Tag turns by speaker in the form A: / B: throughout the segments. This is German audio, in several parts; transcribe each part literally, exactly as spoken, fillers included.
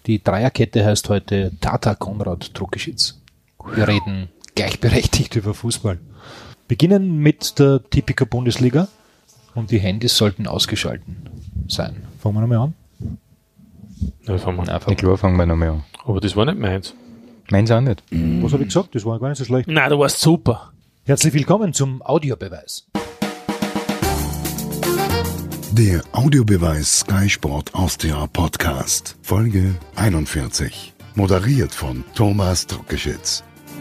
A: Die Dreierkette heißt heute Tata Konrad Druckeschitz. Wir reden gleichberechtigt über Fußball. Beginnen mit der Tipico Bundesliga und die Handys sollten ausgeschalten sein. Fangen wir nochmal an?
B: Ja, fangen wir
C: Nein, klar, fangen wir nochmal an.
B: Aber das war nicht meins.
C: Meins auch nicht.
A: Was habe ich gesagt? Das war gar nicht so schlecht.
B: Nein, du warst super.
A: Herzlich willkommen zum Audiobeweis.
D: Der Audiobeweis Sky Sport Austria Podcast, Folge einundvierzig. Moderiert von Thomas Druckeschitz.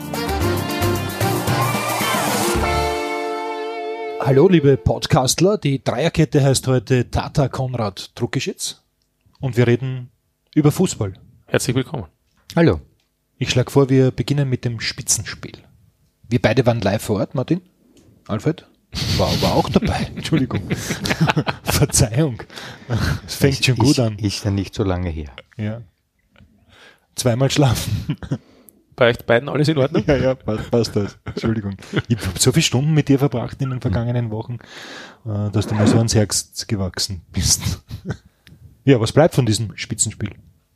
A: Hallo liebe Podcastler, die Dreierkette heißt heute Tata Konrad Druckeschitz und wir reden über Fußball.
B: Herzlich willkommen.
C: Hallo.
A: Ich schlage vor, wir beginnen mit dem Spitzenspiel. Wir beide waren live vor Ort, Martin. Alfred war aber auch dabei. Entschuldigung. Verzeihung. Es fängt
C: ist,
A: schon gut
C: ist,
A: an.
C: Ist ja nicht so lange her.
A: Ja. Zweimal schlafen.
B: Bei euch beiden alles in Ordnung?
A: Ja, ja, passt, passt das. Entschuldigung. Ich habe so viele Stunden mit dir verbracht in den vergangenen Wochen, dass du mir so ans Herz gewachsen bist. Ja, was bleibt von diesem Spitzenspiel?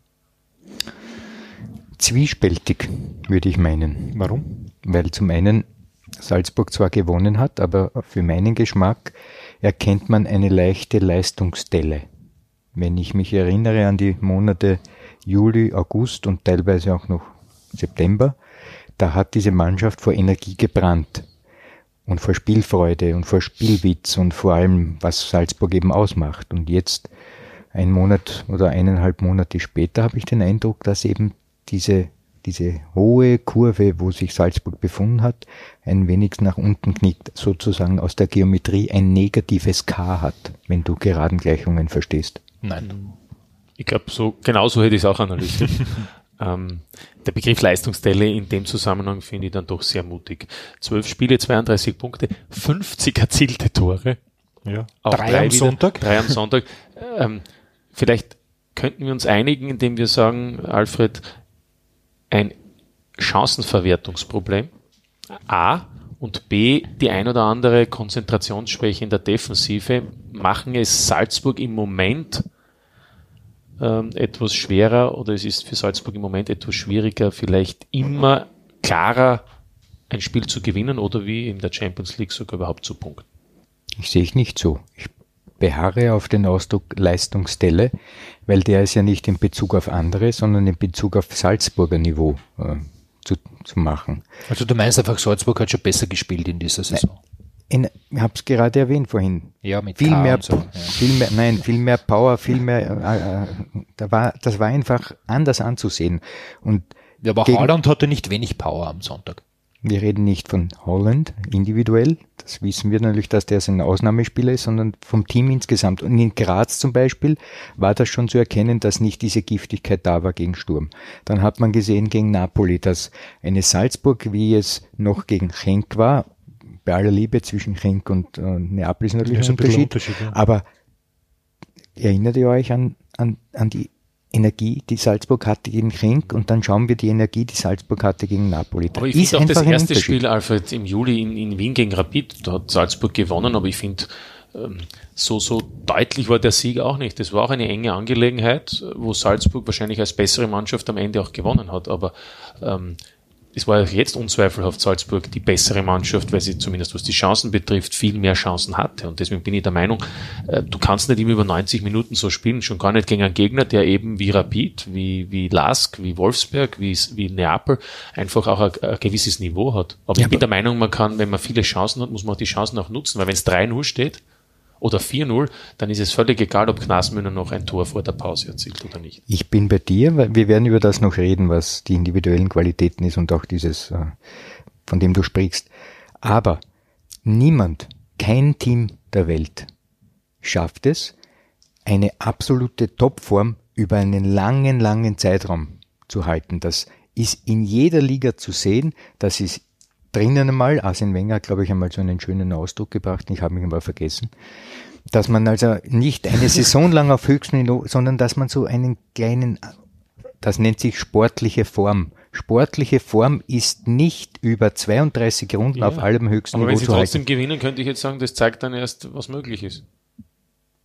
C: Zwiespältig, würde ich meinen.
A: Warum?
C: Weil zum einen Salzburg zwar gewonnen hat, aber für meinen Geschmack erkennt man eine leichte Leistungsdelle. Wenn ich mich erinnere an die Monate Juli, August und teilweise auch noch September, da hat diese Mannschaft vor Energie gebrannt und vor Spielfreude und vor Spielwitz und vor allem, was Salzburg eben ausmacht. Und jetzt, ein Monat oder eineinhalb Monate später, habe ich den Eindruck, dass eben diese diese hohe Kurve, wo sich Salzburg befunden hat, ein wenig nach unten knickt, sozusagen aus der Geometrie ein negatives K hat, wenn du Geradengleichungen verstehst.
A: Nein.
B: Ich glaube, so, genau so hätte ich es auch analysiert. ähm, der Begriff Leistungsdelle in dem Zusammenhang finde ich dann doch sehr mutig. Zwölf Spiele, zweiunddreißig Punkte, fünfzig erzielte Tore.
A: Ja.
B: Auch
A: drei,
B: drei
A: am
B: wieder,
A: Sonntag.
B: Drei am Sonntag. ähm, vielleicht könnten wir uns einigen, indem wir sagen, Alfred, ein Chancenverwertungsproblem, A, und B, die ein oder andere Konzentrationsschwäche in der Defensive machen es Salzburg im Moment ähm, etwas schwerer, oder es ist für Salzburg im Moment etwas schwieriger, vielleicht immer klarer ein Spiel zu gewinnen oder wie in der Champions League sogar überhaupt zu punkten.
C: Ich sehe ich nicht so. Ich beharre auf den Ausdruck Leistungsdelle, weil der ist ja nicht in Bezug auf andere, sondern in Bezug auf Salzburger Niveau äh, zu, zu machen.
A: Also du meinst einfach, Salzburg hat schon besser gespielt in dieser Saison?
C: In, ich habe es gerade erwähnt vorhin.
A: Ja, mit
C: viel
A: K
C: mehr,
A: und so, ja.
C: viel mehr, nein, viel mehr Power, viel mehr. Äh, äh, da war, das war einfach anders anzusehen. Und
A: ja, aber
C: gegen,
A: Haaland hatte nicht wenig Power am Sonntag.
C: Wir reden nicht von Holland individuell, das wissen wir natürlich, dass der ein Ausnahmespieler ist, sondern vom Team insgesamt. Und in Graz zum Beispiel war das schon zu erkennen, dass nicht diese Giftigkeit da war gegen Sturm. Dann hat man gesehen gegen Napoli, dass eine Salzburg, wie es noch gegen Genk war, bei aller Liebe zwischen Genk und äh, Neapel ist natürlich
A: ein,
C: ein Unterschied,
A: Unterschied ja.
C: Aber erinnert ihr euch an, an, an die Energie, die Salzburg hatte gegen Genk, und dann schauen wir die Energie, die Salzburg hatte gegen Napoli.
B: Da aber ich finde auch das erste Spiel, Alfred, im Juli in, in Wien gegen Rapid, da hat Salzburg gewonnen, aber ich finde, ähm, so, so deutlich war der Sieg auch nicht. Das war auch eine enge Angelegenheit, wo Salzburg wahrscheinlich als bessere Mannschaft am Ende auch gewonnen hat, aber ähm, es war jetzt unzweifelhaft Salzburg die bessere Mannschaft, weil sie zumindest was die Chancen betrifft, viel mehr Chancen hatte. Und deswegen bin ich der Meinung, äh, du kannst nicht immer über neunzig Minuten so spielen, schon gar nicht gegen einen Gegner, der eben wie Rapid, wie, wie Lask, wie Wolfsberg, wie, wie Neapel einfach auch ein, ein gewisses Niveau hat. Aber
C: ja,
B: ich bin der Meinung, man kann, wenn man viele Chancen hat, muss man auch die Chancen auch nutzen, weil wenn es drei null steht oder vier null, dann ist es völlig egal, ob Knasmüller noch ein Tor vor der Pause erzielt oder nicht.
C: Ich bin bei dir, weil wir werden über das noch reden, was die individuellen Qualitäten ist und auch dieses, von dem du sprichst. Aber niemand, kein Team der Welt schafft es, eine absolute Topform über einen langen, langen Zeitraum zu halten. Das ist in jeder Liga zu sehen, das ist drinnen einmal, Arsene Wenger hat, glaube ich, einmal so einen schönen Ausdruck gebracht, ich habe mich einmal vergessen, dass man also nicht eine Saison lang auf höchstem Niveau, sondern dass man so einen kleinen, das nennt sich sportliche Form. Sportliche Form ist nicht über zweiunddreißig Runden
B: ja,
C: auf allem höchsten
B: Niveau
C: Niveau
B: zu halten. Aber wenn sie trotzdem gewinnen, könnte ich jetzt sagen, das zeigt dann erst, was möglich ist.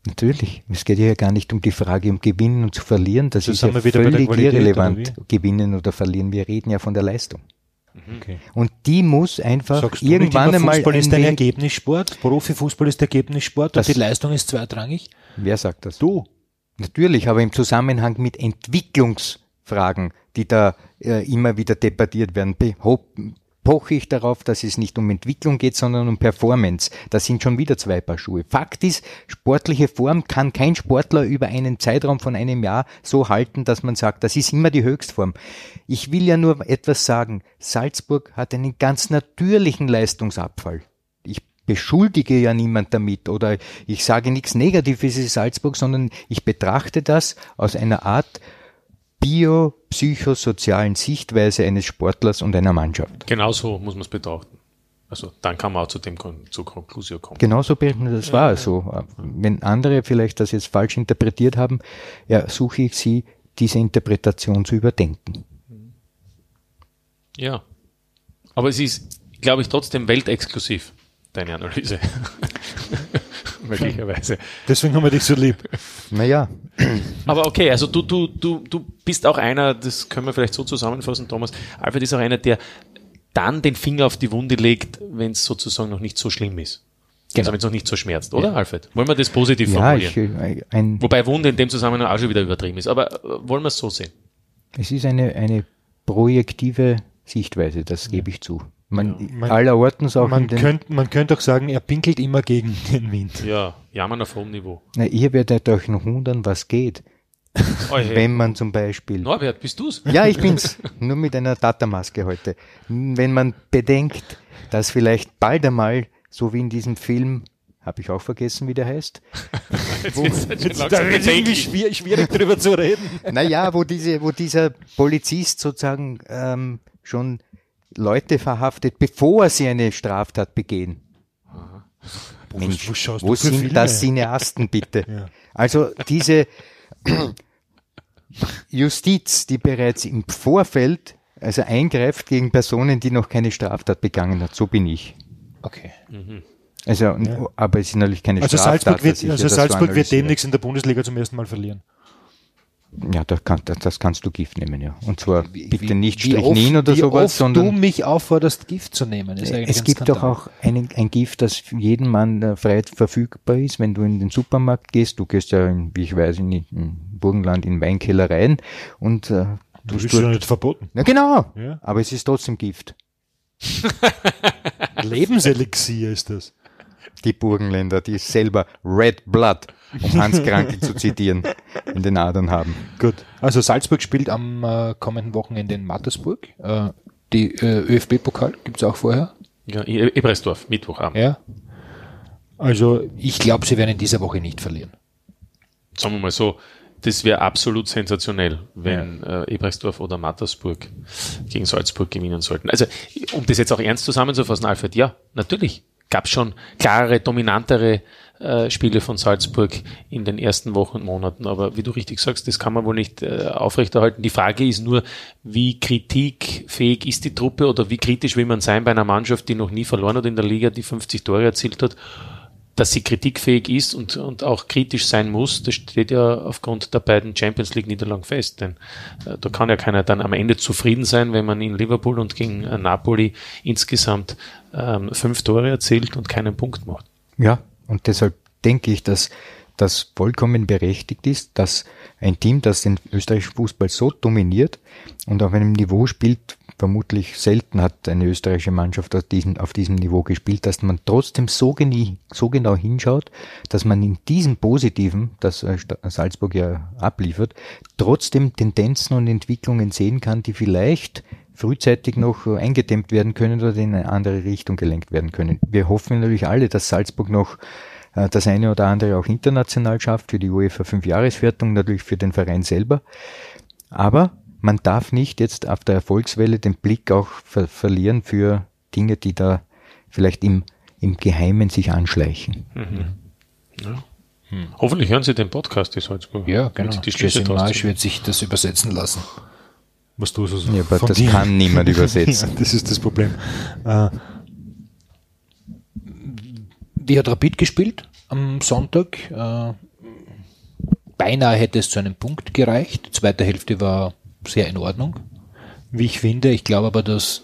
C: Natürlich. Es geht ja gar nicht um die Frage, um gewinnen und zu verlieren. Das, das ist ja
A: wieder
C: völlig irrelevant, gewinnen oder verlieren. Wir reden ja von der Leistung.
A: Okay.
C: Und die muss einfach
A: Sagst du
C: irgendwann
A: nicht immer,
C: einmal...
A: Fußball ist ein Ergebnissport, Profifußball ist Ergebnissport und die Leistung ist zweitrangig?
C: Wer sagt das?
A: Du.
C: Natürlich, aber im Zusammenhang mit Entwicklungsfragen, die da äh, immer wieder debattiert werden, poche ich darauf, dass es nicht um Entwicklung geht, sondern um Performance. Das sind schon wieder zwei Paar Schuhe. Fakt ist, sportliche Form kann kein Sportler über einen Zeitraum von einem Jahr so halten, dass man sagt, das ist immer die Höchstform. Ich will ja nur etwas sagen. Salzburg hat einen ganz natürlichen Leistungsabfall. Ich beschuldige ja niemand damit oder ich sage nichts Negatives in Salzburg, sondern ich betrachte das aus einer Art biopsychosozialen Sichtweise eines Sportlers und einer Mannschaft.
B: Genau so muss man es betrachten. Also dann kann man auch zu dem zur Konklusion kommen.
C: Genauso, das war ja, so. Ja. Wenn andere vielleicht das jetzt falsch interpretiert haben, ersuche ich sie, diese Interpretation zu überdenken.
B: Ja, aber es ist, glaube ich, trotzdem weltexklusiv, deine Analyse. Möglicherweise.
A: Deswegen haben wir dich so lieb.
C: Naja.
B: Aber okay, also du, du, du, du bist auch einer, das können wir vielleicht so zusammenfassen, Thomas, Alfred ist auch einer, der dann den Finger auf die Wunde legt, wenn es sozusagen noch nicht so schlimm ist. Genau. Also wenn es noch nicht so schmerzt, oder, ja. Alfred? Wollen wir das positiv
C: ja,
B: formulieren?
C: Ich, ein,
B: Wobei Wunde in dem Zusammenhang auch schon wieder übertrieben ist, aber wollen wir es so sehen?
C: Es ist eine, eine projektive Sichtweise, das gebe ich zu. Man,
A: ja, man,
C: allerortens auch
A: man, könnte, man könnte auch sagen, er pinkelt immer gegen den Wind.
B: Ja, jammern auf hohem Niveau.
C: Na, ihr werdet euch noch wundern, was geht. Oh, hey. Wenn man zum Beispiel...
B: Norbert, bist du's?
C: Ja, ich bin's. Nur mit einer Tata-Maske heute. Wenn man bedenkt, dass vielleicht bald einmal, so wie in diesem Film, habe ich auch vergessen, wie der heißt.
A: Jetzt wo, jetzt jetzt da ist irgendwie schwierig, schwierig drüber zu reden.
C: Naja, wo, diese, wo dieser Polizist sozusagen ähm, schon Leute verhaftet, bevor sie eine Straftat begehen.
A: Aha.
C: Mensch,
A: wo, wo,
C: wo sind das Cineasten bitte?
A: Ja.
C: Also diese Justiz, die bereits im Vorfeld also eingreift gegen Personen, die noch keine Straftat begangen hat, so bin ich.
A: Okay.
B: Mhm.
C: Also, ja. Aber es ist natürlich keine
A: also
C: Straftat.
A: Salzburg wird, also Salzburg so wird demnächst in der Bundesliga zum ersten Mal verlieren.
C: Ja, das, kann, das, das kannst du Gift nehmen, ja. Und zwar
A: wie,
C: bitte
A: wie,
C: nicht
A: wie
C: Strychnin oder
A: wie
C: sowas,
A: oft
C: sondern...
A: du mich auffordert, Gift zu nehmen. Ist
C: es gibt doch auch ein, ein Gift, das für jeden Mann äh, frei verfügbar ist, wenn du in den Supermarkt gehst. Du gehst ja, in, wie ich weiß, in, in Burgenland in Weinkeller rein und... Äh,
A: du bist ja nicht verboten.
C: Ja, genau.
A: Ja.
C: Aber es ist trotzdem Gift.
A: Lebenselixier ist das.
C: Die Burgenländer, die selber Red Blood, um Hans Krankel zu zitieren, in den Adern haben.
A: Gut. Also Salzburg spielt am äh, kommenden Wochenende in Mattersburg. Äh, die äh, ÖFB-Pokal gibt es auch vorher.
B: Ja, Ebersdorf, Mittwochabend.
A: Ja. Also ich glaube, sie werden in dieser Woche nicht verlieren.
B: Sagen wir mal so, das wäre absolut sensationell, wenn ja. äh, Ebersdorf oder Mattersburg gegen Salzburg gewinnen sollten. Also um das jetzt auch ernst zusammenzufassen, Alfred, ja, natürlich. Gab schon klarere, dominantere äh, Spiele von Salzburg in den ersten Wochen und Monaten. Aber wie du richtig sagst, das kann man wohl nicht äh, aufrechterhalten. Die Frage ist nur, wie kritikfähig ist die Truppe oder wie kritisch will man sein bei einer Mannschaft, die noch nie verloren hat in der Liga, die fünfzig Tore erzielt hat. Dass sie kritikfähig ist und, und auch kritisch sein muss, das steht ja aufgrund der beiden Champions League Niederlagen fest. Denn äh, da kann ja keiner dann am Ende zufrieden sein, wenn man in Liverpool und gegen äh, Napoli insgesamt ähm, fünf Tore erzielt und keinen Punkt macht.
C: Ja, und deshalb denke ich, dass das vollkommen berechtigt ist, dass ein Team, das den österreichischen Fußball so dominiert und auf einem Niveau spielt, vermutlich selten hat eine österreichische Mannschaft auf diesem, auf diesem Niveau gespielt, dass man trotzdem so, genie, so genau hinschaut, dass man in diesem Positiven, das Salzburg ja abliefert, trotzdem Tendenzen und Entwicklungen sehen kann, die vielleicht frühzeitig noch eingedämmt werden können oder in eine andere Richtung gelenkt werden können. Wir hoffen natürlich alle, dass Salzburg noch das eine oder andere auch international schafft, für die UEFA Fünfjahreswertung, natürlich für den Verein selber. Aber man darf nicht jetzt auf der Erfolgswelle den Blick auch ver- verlieren für Dinge, die da vielleicht im, im Geheimen sich anschleichen.
B: Mhm. Ja. Hm. Hoffentlich hören Sie den Podcast, die Salzburg.
A: Ja, genau.
B: Die Jesse
A: Marsch wird sich das übersetzen lassen. Was du so
C: sagst. Ja, aber das
A: dir.
C: kann niemand übersetzen.
A: Ja, das ist das Problem. Äh, wie hat Rapid gespielt am Sonntag? Äh, beinahe hätte es zu einem Punkt gereicht. Die zweite Hälfte war sehr in Ordnung, wie ich finde. Ich glaube aber, dass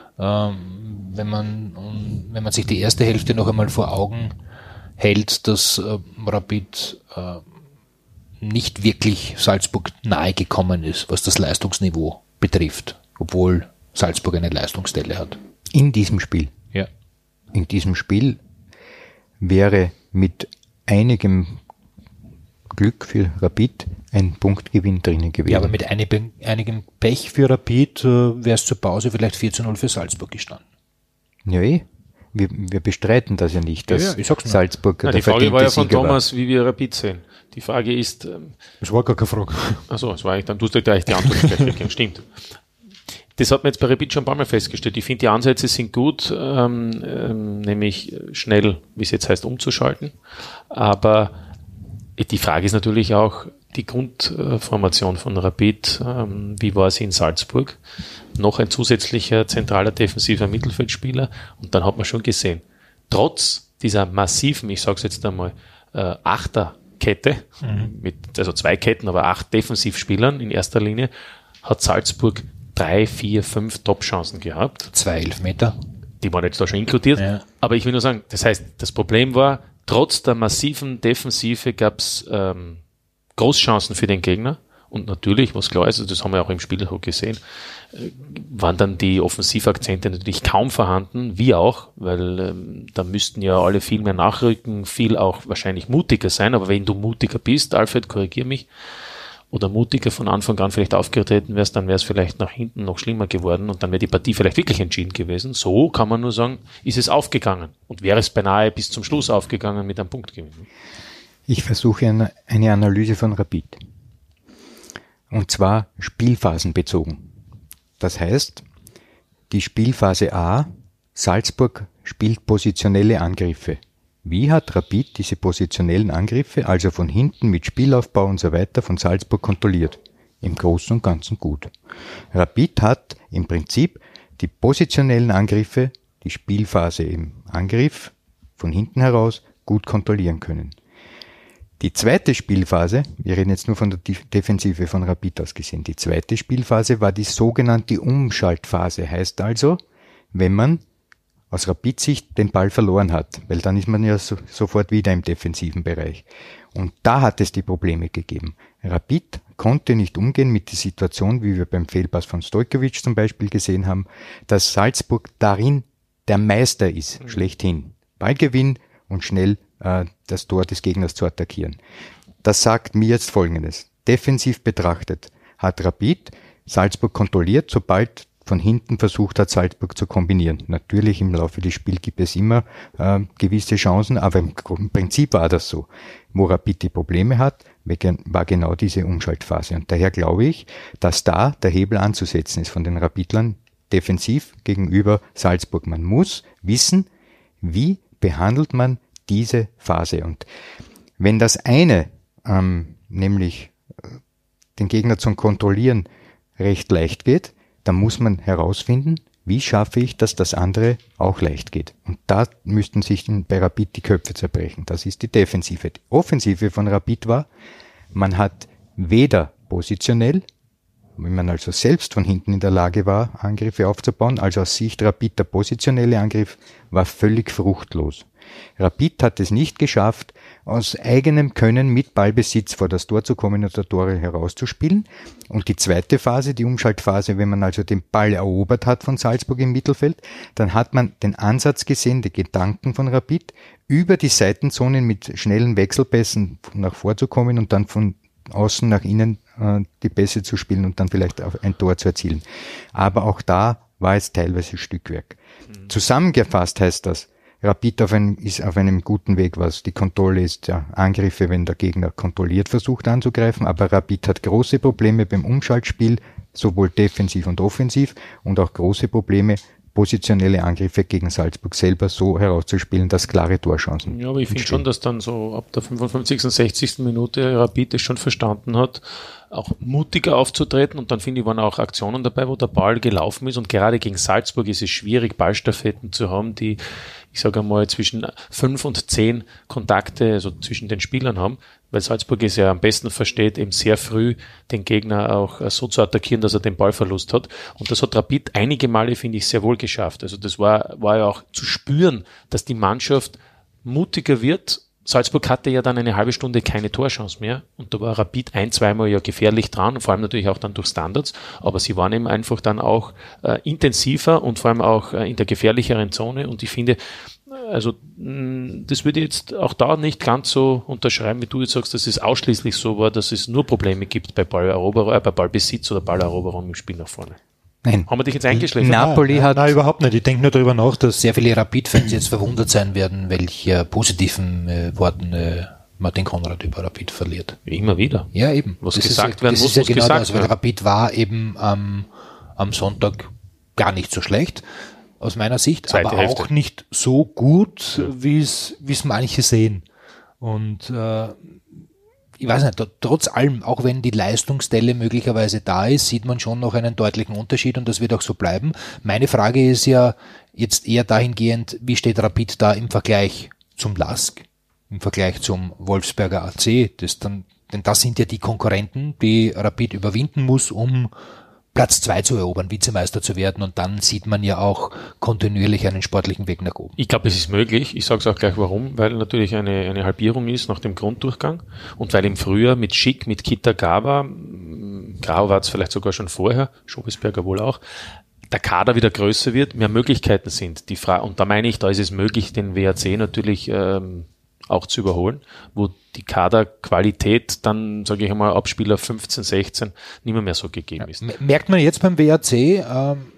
A: ähm, wenn man um, wenn man sich die erste Hälfte noch einmal vor Augen hält, dass äh, Rapid äh, nicht wirklich Salzburg nahe gekommen ist, was das Leistungsniveau betrifft, obwohl Salzburg eine Leistungsstelle hat.
C: In diesem Spiel?
A: Ja.
C: In diesem Spiel wäre mit einigem Glück für Rapid ein Punktgewinn drinnen gewesen.
A: Ja, aber mit einigem, einigem Pech für Rapid äh, wäre es zur Pause vielleicht vier zu null für Salzburg gestanden.
C: Ja, eh. Wir, wir bestreiten das ja nicht, dass
A: ja, ja, ich sag's nur.
C: Salzburg
B: Na,
C: der
B: die Frage war ja von
C: Sieger
B: Thomas,
C: war.
B: wie wir Rapid sehen. Die Frage ist... Ähm,
A: Das war gar keine Frage.
B: Achso, das war eigentlich, dann tust du gleich die Antwort gleich weggeben. Stimmt. Das hat man jetzt bei Rapid schon ein paar Mal festgestellt. Ich finde, die Ansätze sind gut, ähm, ähm, nämlich schnell, wie es jetzt heißt, umzuschalten. Aber die Frage ist natürlich auch die Grundformation von Rapid. Ähm, wie war sie in Salzburg? Noch ein zusätzlicher zentraler defensiver Mittelfeldspieler. Und dann hat man schon gesehen, trotz dieser massiven, ich sage es jetzt einmal, äh, Achterkette, mhm. mit, also zwei Ketten, aber acht Defensivspielern in erster Linie, hat Salzburg drei, vier, fünf Top-Chancen gehabt.
A: Zwei Elfmeter.
B: Die waren jetzt da schon inkludiert. Ja. Aber ich will nur sagen, das heißt, das Problem war, trotz der massiven Defensive gab es ähm, Großchancen für den Gegner. Und natürlich, was klar ist, also das haben wir auch im Spiel gesehen, äh, waren dann die Offensivakzente natürlich kaum vorhanden, wie auch, weil ähm, da müssten ja alle viel mehr nachrücken, viel auch wahrscheinlich mutiger sein. Aber wenn du mutiger bist, Alfred, korrigier mich, oder mutiger von Anfang an vielleicht aufgetreten wärst, dann wäre es vielleicht nach hinten noch schlimmer geworden und dann wäre die Partie vielleicht wirklich entschieden gewesen. So kann man nur sagen, ist es aufgegangen und wäre es beinahe bis zum Schluss aufgegangen mit einem Punktgewinn. Ich
C: versuche eine, eine Analyse von Rapid. Und zwar spielphasenbezogen. Das heißt, die Spielphase A, Salzburg spielt positionelle Angriffe. Wie hat Rapid diese positionellen Angriffe, also von hinten mit Spielaufbau und so weiter, von Salzburg kontrolliert? Im Großen und Ganzen gut. Rapid hat im Prinzip die positionellen Angriffe, die Spielphase im Angriff, von hinten heraus gut kontrollieren können. Die zweite Spielphase, wir reden jetzt nur von der Defensive von Rapid aus gesehen, die zweite Spielphase war die sogenannte Umschaltphase, heißt also, wenn man aus Rapid-Sicht den Ball verloren hat, weil dann ist man ja so, sofort wieder im defensiven Bereich. Und da hat es die Probleme gegeben. Rapid konnte nicht umgehen mit der Situation, wie wir beim Fehlpass von Stojkovic zum Beispiel gesehen haben, dass Salzburg darin der Meister ist, mhm. schlechthin. Ballgewinn und schnell äh, das Tor des Gegners zu attackieren. Das sagt mir jetzt Folgendes. Defensiv betrachtet hat Rapid Salzburg kontrolliert, sobald von hinten versucht hat, Salzburg zu kombinieren. Natürlich im Laufe des Spiels gibt es immer äh, gewisse Chancen, aber im, im Prinzip war das so. Wo Rapid die Probleme hat, war genau diese Umschaltphase. Und daher glaube ich, dass da der Hebel anzusetzen ist von den Rapidlern defensiv gegenüber Salzburg. Man muss wissen, wie behandelt man diese Phase. Und wenn das eine, ähm, nämlich äh, den Gegner zu kontrollieren, recht leicht geht, dann muss man herausfinden, wie schaffe ich, dass das andere auch leicht geht. Und da müssten sich bei Rapid die Köpfe zerbrechen. Das ist die Defensive. Die Offensive von Rapid war, man hat weder positionell, wenn man also selbst von hinten in der Lage war, Angriffe aufzubauen, also aus Sicht Rapid der positionelle Angriff war völlig fruchtlos. Rapid hat es nicht geschafft, aus eigenem Können mit Ballbesitz vor das Tor zu kommen und der Tore herauszuspielen. Und die zweite Phase, die Umschaltphase, wenn man also den Ball erobert hat von Salzburg im Mittelfeld, dann hat man den Ansatz gesehen, die Gedanken von Rapid, über die Seitenzonen mit schnellen Wechselpässen nach vorzukommen und dann von außen nach innen äh, die Pässe zu spielen und dann vielleicht auch ein Tor zu erzielen. Aber auch da war es teilweise Stückwerk. Mhm. Zusammengefasst heißt das, Rapid auf einem, ist auf einem guten Weg, was die Kontrolle ist, ja, Angriffe, wenn der Gegner kontrolliert versucht anzugreifen, aber Rapid hat große Probleme beim Umschaltspiel, sowohl defensiv und offensiv und auch große Probleme, positionelle Angriffe gegen Salzburg selber so herauszuspielen, dass klare Torchancen.
B: Ja, aber ich finde schon, dass dann so ab der fünfundfünfzigsten, sechzigsten Minute Rapid es schon verstanden hat, auch mutiger aufzutreten und dann finde ich, waren auch Aktionen dabei, wo der Ball gelaufen ist und gerade gegen Salzburg ist es schwierig, Ballstaffetten zu haben, die, ich sage einmal, zwischen fünf und zehn Kontakte, also zwischen den Spielern haben, weil Salzburg es ja am besten versteht, eben sehr früh den Gegner auch so zu attackieren, dass er den Ballverlust hat. Und das hat Rapid einige Male, finde ich, sehr wohl geschafft. Also das war, war ja auch zu spüren, dass die Mannschaft mutiger wird. Salzburg hatte ja dann eine halbe Stunde keine Torchance mehr und da war Rapid ein-, zweimal ja gefährlich dran, vor allem natürlich auch dann durch Standards, aber sie waren eben einfach dann auch äh, intensiver und vor allem auch äh, in der gefährlicheren Zone und ich finde, also mh, das würde ich jetzt auch da nicht ganz so unterschreiben, wie du jetzt sagst, dass es ausschließlich so war, dass es nur Probleme gibt bei Balleroberung, äh, bei Ballbesitz oder Balleroberung im Spiel nach vorne.
C: Nein.
B: Haben wir dich jetzt eingeschläfert?
C: Napoli
A: nein,
C: hat...
A: Nein, überhaupt nicht. Ich denke nur darüber nach, dass sehr viele Rapid-Fans jetzt verwundert sein werden, welche positiven äh, Worten äh, Martin Konrad über Rapid verliert.
B: Immer wieder.
A: Ja, eben.
B: Was
A: das
B: gesagt
A: ist,
B: werden
A: das
B: muss,
A: ist ja
B: muss
A: genau
B: gesagt
A: das, weil
B: werden.
A: Rapid war eben ähm, am Sonntag gar nicht so schlecht, aus meiner Sicht,
B: Zweite
A: aber
B: Hälfte.
A: auch nicht so gut, wie es wie es manche sehen. Und äh, ich weiß nicht, trotz allem, auch wenn die Leistungsstelle möglicherweise da ist, sieht man schon noch einen deutlichen Unterschied und das wird auch so bleiben. Meine Frage ist ja jetzt eher dahingehend, wie steht Rapid da im Vergleich zum LASK, im Vergleich zum Wolfsberger A C? Das dann, denn das sind ja die Konkurrenten, die Rapid überwinden muss, um Platz zwei zu erobern, Vizemeister zu werden und dann sieht man ja auch kontinuierlich einen sportlichen Weg nach oben.
B: Ich glaube, es ist möglich. Ich sage es auch gleich warum, weil natürlich eine, eine Halbierung ist nach dem Grunddurchgang und weil im Frühjahr mit Schick, mit Kitagawa, Grau war es vielleicht sogar schon vorher, Schobesberger wohl auch, der Kader wieder größer wird, mehr Möglichkeiten sind. Die Fra- und da meine ich, da ist es möglich, den W A C natürlich ähm, auch zu überholen, wo die Kaderqualität dann, sage ich einmal, ab Spieler fünfzehn, sechzehn nicht mehr, mehr so gegeben ist.
A: Ja, merkt man jetzt beim W A C, ähm,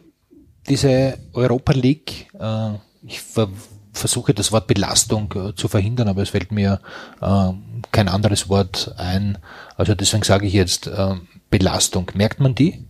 A: diese Europa League, äh, ich ver- versuche das Wort Belastung äh, zu verhindern, aber es fällt mir äh, kein anderes Wort ein. Also deswegen sage ich jetzt äh, Belastung. Merkt man die?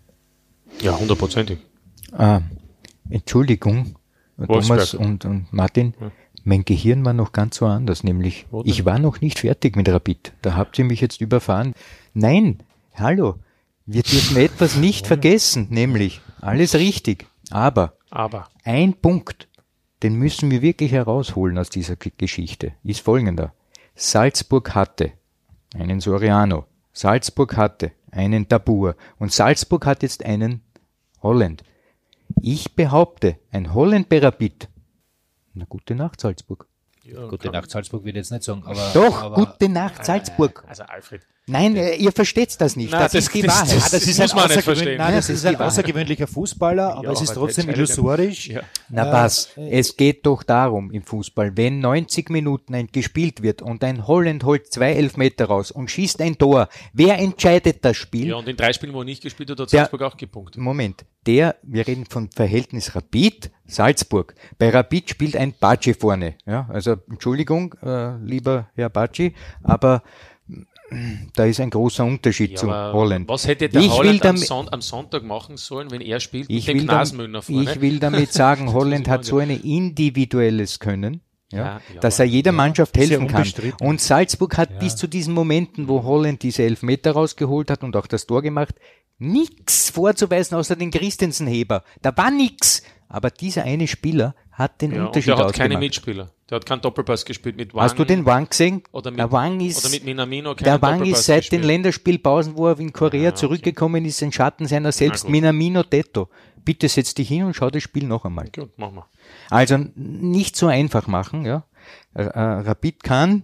B: Ja, hundertprozentig.
C: Ah, Entschuldigung,
B: Wolfsberg.
C: Thomas und, und Martin.
B: Ja.
C: Mein Gehirn war noch ganz so anders, nämlich
B: Wo denn?
C: ich war noch nicht fertig mit Rapid. Da habt ihr mich jetzt überfahren. Nein, hallo, wir dürfen etwas nicht vergessen, nämlich alles richtig. Aber
B: Aber
C: ein Punkt, den müssen wir wirklich herausholen aus dieser G- Geschichte, ist folgender. Salzburg hatte einen Soriano, Salzburg hatte einen Dabur und Salzburg hat jetzt einen Holland. Ich behaupte, ein Holland bei Rapid. Na, gute Nacht, Salzburg.
B: ja,
A: Gute
B: kann-
A: Nacht Salzburg wird jetzt nicht sagen, aber...
C: Doch,
A: aber,
C: gute Nacht, Salzburg.
B: Also Alfred.
C: Nein, äh, ihr versteht das nicht.
B: Nein,
C: das,
B: das-
C: ist die
B: das-
C: Wahrheit.
B: das- das muss man nicht verstehen.
A: Nein, das
C: Ja,
A: ist
C: das
A: ein
C: ist die Wahrheit.
A: außergewöhnlicher Fußballer, aber
B: Ja,
A: es ist
B: aber
A: trotzdem
B: jetzt-
A: illusorisch.
B: Ja.
C: Na
A: Äh,
C: was,
A: äh,
C: es geht doch darum im Fußball, wenn neunzig Minuten ein gespielt wird und ein Holland holt zwei Elfmeter raus und schießt ein Tor, wer entscheidet das Spiel?
B: Ja, und in drei Spielen, wo er nicht gespielt hat, hat
C: Der-
B: Salzburg auch gepunktet.
C: Moment, der, wir reden von Verhältnis Rapid, Salzburg. Bei Rapid spielt ein Baci vorne. Ja, also Entschuldigung, äh, lieber Herr Baci, aber mm, da ist ein großer Unterschied
B: Ja,
C: zu
B: aber
C: Holland.
B: was hätte der
C: Ich will
B: Holland am,
C: damit-
B: Son am Sonntag machen sollen, wenn er spielt
C: Ich
B: mit dem
C: will, damit,
B: Knasmüller vorne?
C: ich will damit sagen,
B: Das
C: Holland
B: muss
C: hat
B: ich
C: so ein individuelles Können, ja,
B: Ja, ja,
C: dass er jeder Mannschaft
A: ist ja
C: helfen kann.
A: unbestritten.
C: Und Salzburg hat bis zu diesen Momenten, wo Holland diese Elfmeter rausgeholt hat und auch das Tor gemacht, nichts vorzuweisen außer den Christensenheber. Da war nix. Aber dieser eine Spieler hat den
B: Ja, und
C: Unterschied
B: der hat
C: ausgemacht.
B: keine Mitspieler. Der hat keinen Doppelpass gespielt mit Wang.
C: Hast du den Wang gesehen?
B: Oder mit,
C: der Wang ist,
B: oder mit Minamino keinen
C: der Wang
B: Doppelpass
C: ist seit
B: gespielt.
C: den Länderspielpausen, wo er in Korea
B: Ja, okay.
C: zurückgekommen ist, ein Schatten seiner selbst.
B: gut.
C: Minamino Tetto. Bitte setz dich hin und schau das Spiel noch einmal.
B: Gut, machen wir.
C: Also n- nicht so einfach machen, ja. Äh, äh, Rapid kann,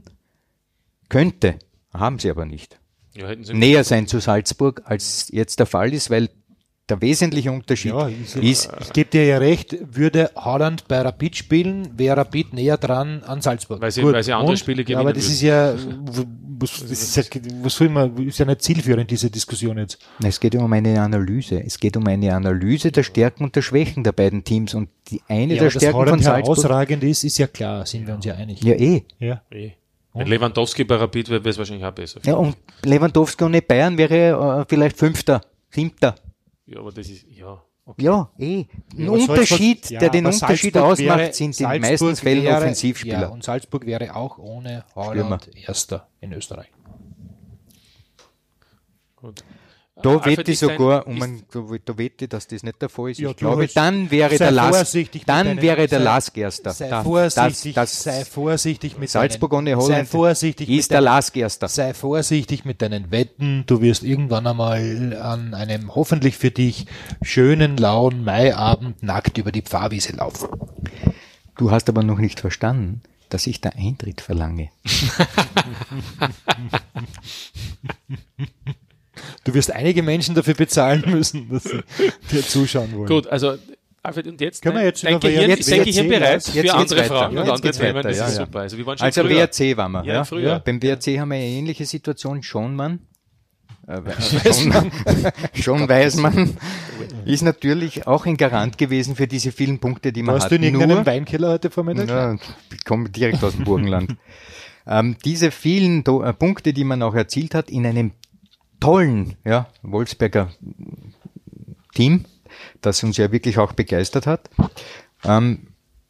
C: könnte, haben sie aber nicht,
B: Ja, hätten sie
C: näher sein zu Salzburg, als jetzt der Fall ist, weil der wesentliche Unterschied
A: Ja, ist,
C: ist,
A: ich gebe dir ja recht, würde Haaland bei Rapid spielen, wäre Rapid näher dran an Salzburg.
B: Weil sie- weil sie andere
A: Und?
B: Spiele
A: Ja, aber
B: gewinnen
A: das ist ja, was, das ist ja, was soll man, ist ja nicht zielführend, diese Diskussion jetzt.
C: es geht um eine Analyse. Es geht um eine Analyse der Stärken und der Schwächen der beiden Teams und die eine
A: Ja,
C: der
A: aber dass
C: Stärken von
A: Haaland
C: Salzburg.
A: herausragend ist, ist ja klar, sind wir uns ja einig.
C: Ja, eh.
A: Ja.
B: eh. Wenn Lewandowski bei Rapid wäre, wäre es wahrscheinlich auch besser.
C: Ja, und Lewandowski ohne Bayern wäre äh, vielleicht Fünfter, Siebter.
B: Ja, aber das ist, ja. Okay.
C: Ja, eh. Ein
A: Aber
C: Unterschied,
A: Salzburg- ja,
C: der den
A: aber
C: Unterschied
A: Salzburg
C: ausmacht,
A: wäre-
C: sind in den
A: Salzburg
C: meisten Fällen
A: wäre,
C: Offensivspieler.
A: Ja, und Salzburg wäre auch ohne Haaland Erster in Österreich.
B: Gut.
C: Da
B: Alfred,
C: wette ich
B: ist dein-
C: sogar, um
B: ist-
C: ein, da, da wette ich, dass das nicht der Fall ist.
A: Ja,
C: ich
A: du
C: glaube,
A: hast-
C: dann wäre
A: sei
C: der Last,
A: vorsichtig mit
C: dann
A: deinen-
C: wäre der
A: sei-
C: Last Erster.
A: Sei
C: Da-
A: vorsichtig,
C: das, das
A: sei vorsichtig mit
C: Salzburg
A: deinen,
C: ohne Holland
A: sei vorsichtig
C: ist
A: mit
C: der
A: deinen,
C: Last Erster.
A: sei vorsichtig mit deinen Wetten. Du wirst irgendwann einmal an einem hoffentlich für dich schönen, lauen Maiabend nackt über die Pfarrwiese laufen.
C: Du hast aber noch nicht verstanden, dass ich da Eintritt verlange.
A: Du wirst einige Menschen dafür bezahlen müssen, dass sie dir zuschauen wollen.
B: Gut, also Alfred, und jetzt
A: Können wir
B: dein,
A: jetzt
B: dein
A: über
B: Gehirn,
A: jetzt-
B: dein
A: jetzt
B: Gehirn
A: sehen
B: bereit
A: wir's.
B: für
C: Jetzt geht's
B: andere
C: weiter.
B: Fragen
C: Ja,
B: und
C: jetzt
B: andere
C: geht's
B: Themen.
C: weiter,
B: Das
C: ja,
B: ist
C: ja.
B: super. Also, wir waren schon
C: Also
B: früher.
C: W R C waren wir.
B: Ja,
C: Ja,
B: früher.
C: Beim W R C haben wir eine ähnliche Situation. Schonmann, äh, schon, schon Weismann, ist natürlich auch ein Garant gewesen für diese vielen Punkte, die man
A: Warst
C: hat.
A: du in irgendeinem
C: Nur,
A: Weinkeller heute Vormittag?
C: ja, ich komme direkt aus dem Burgenland. ähm, diese vielen Do äh, Punkte, die man auch erzielt hat, in einem tollen ja, Wolfsberger Team, das uns ja wirklich auch begeistert hat, ähm,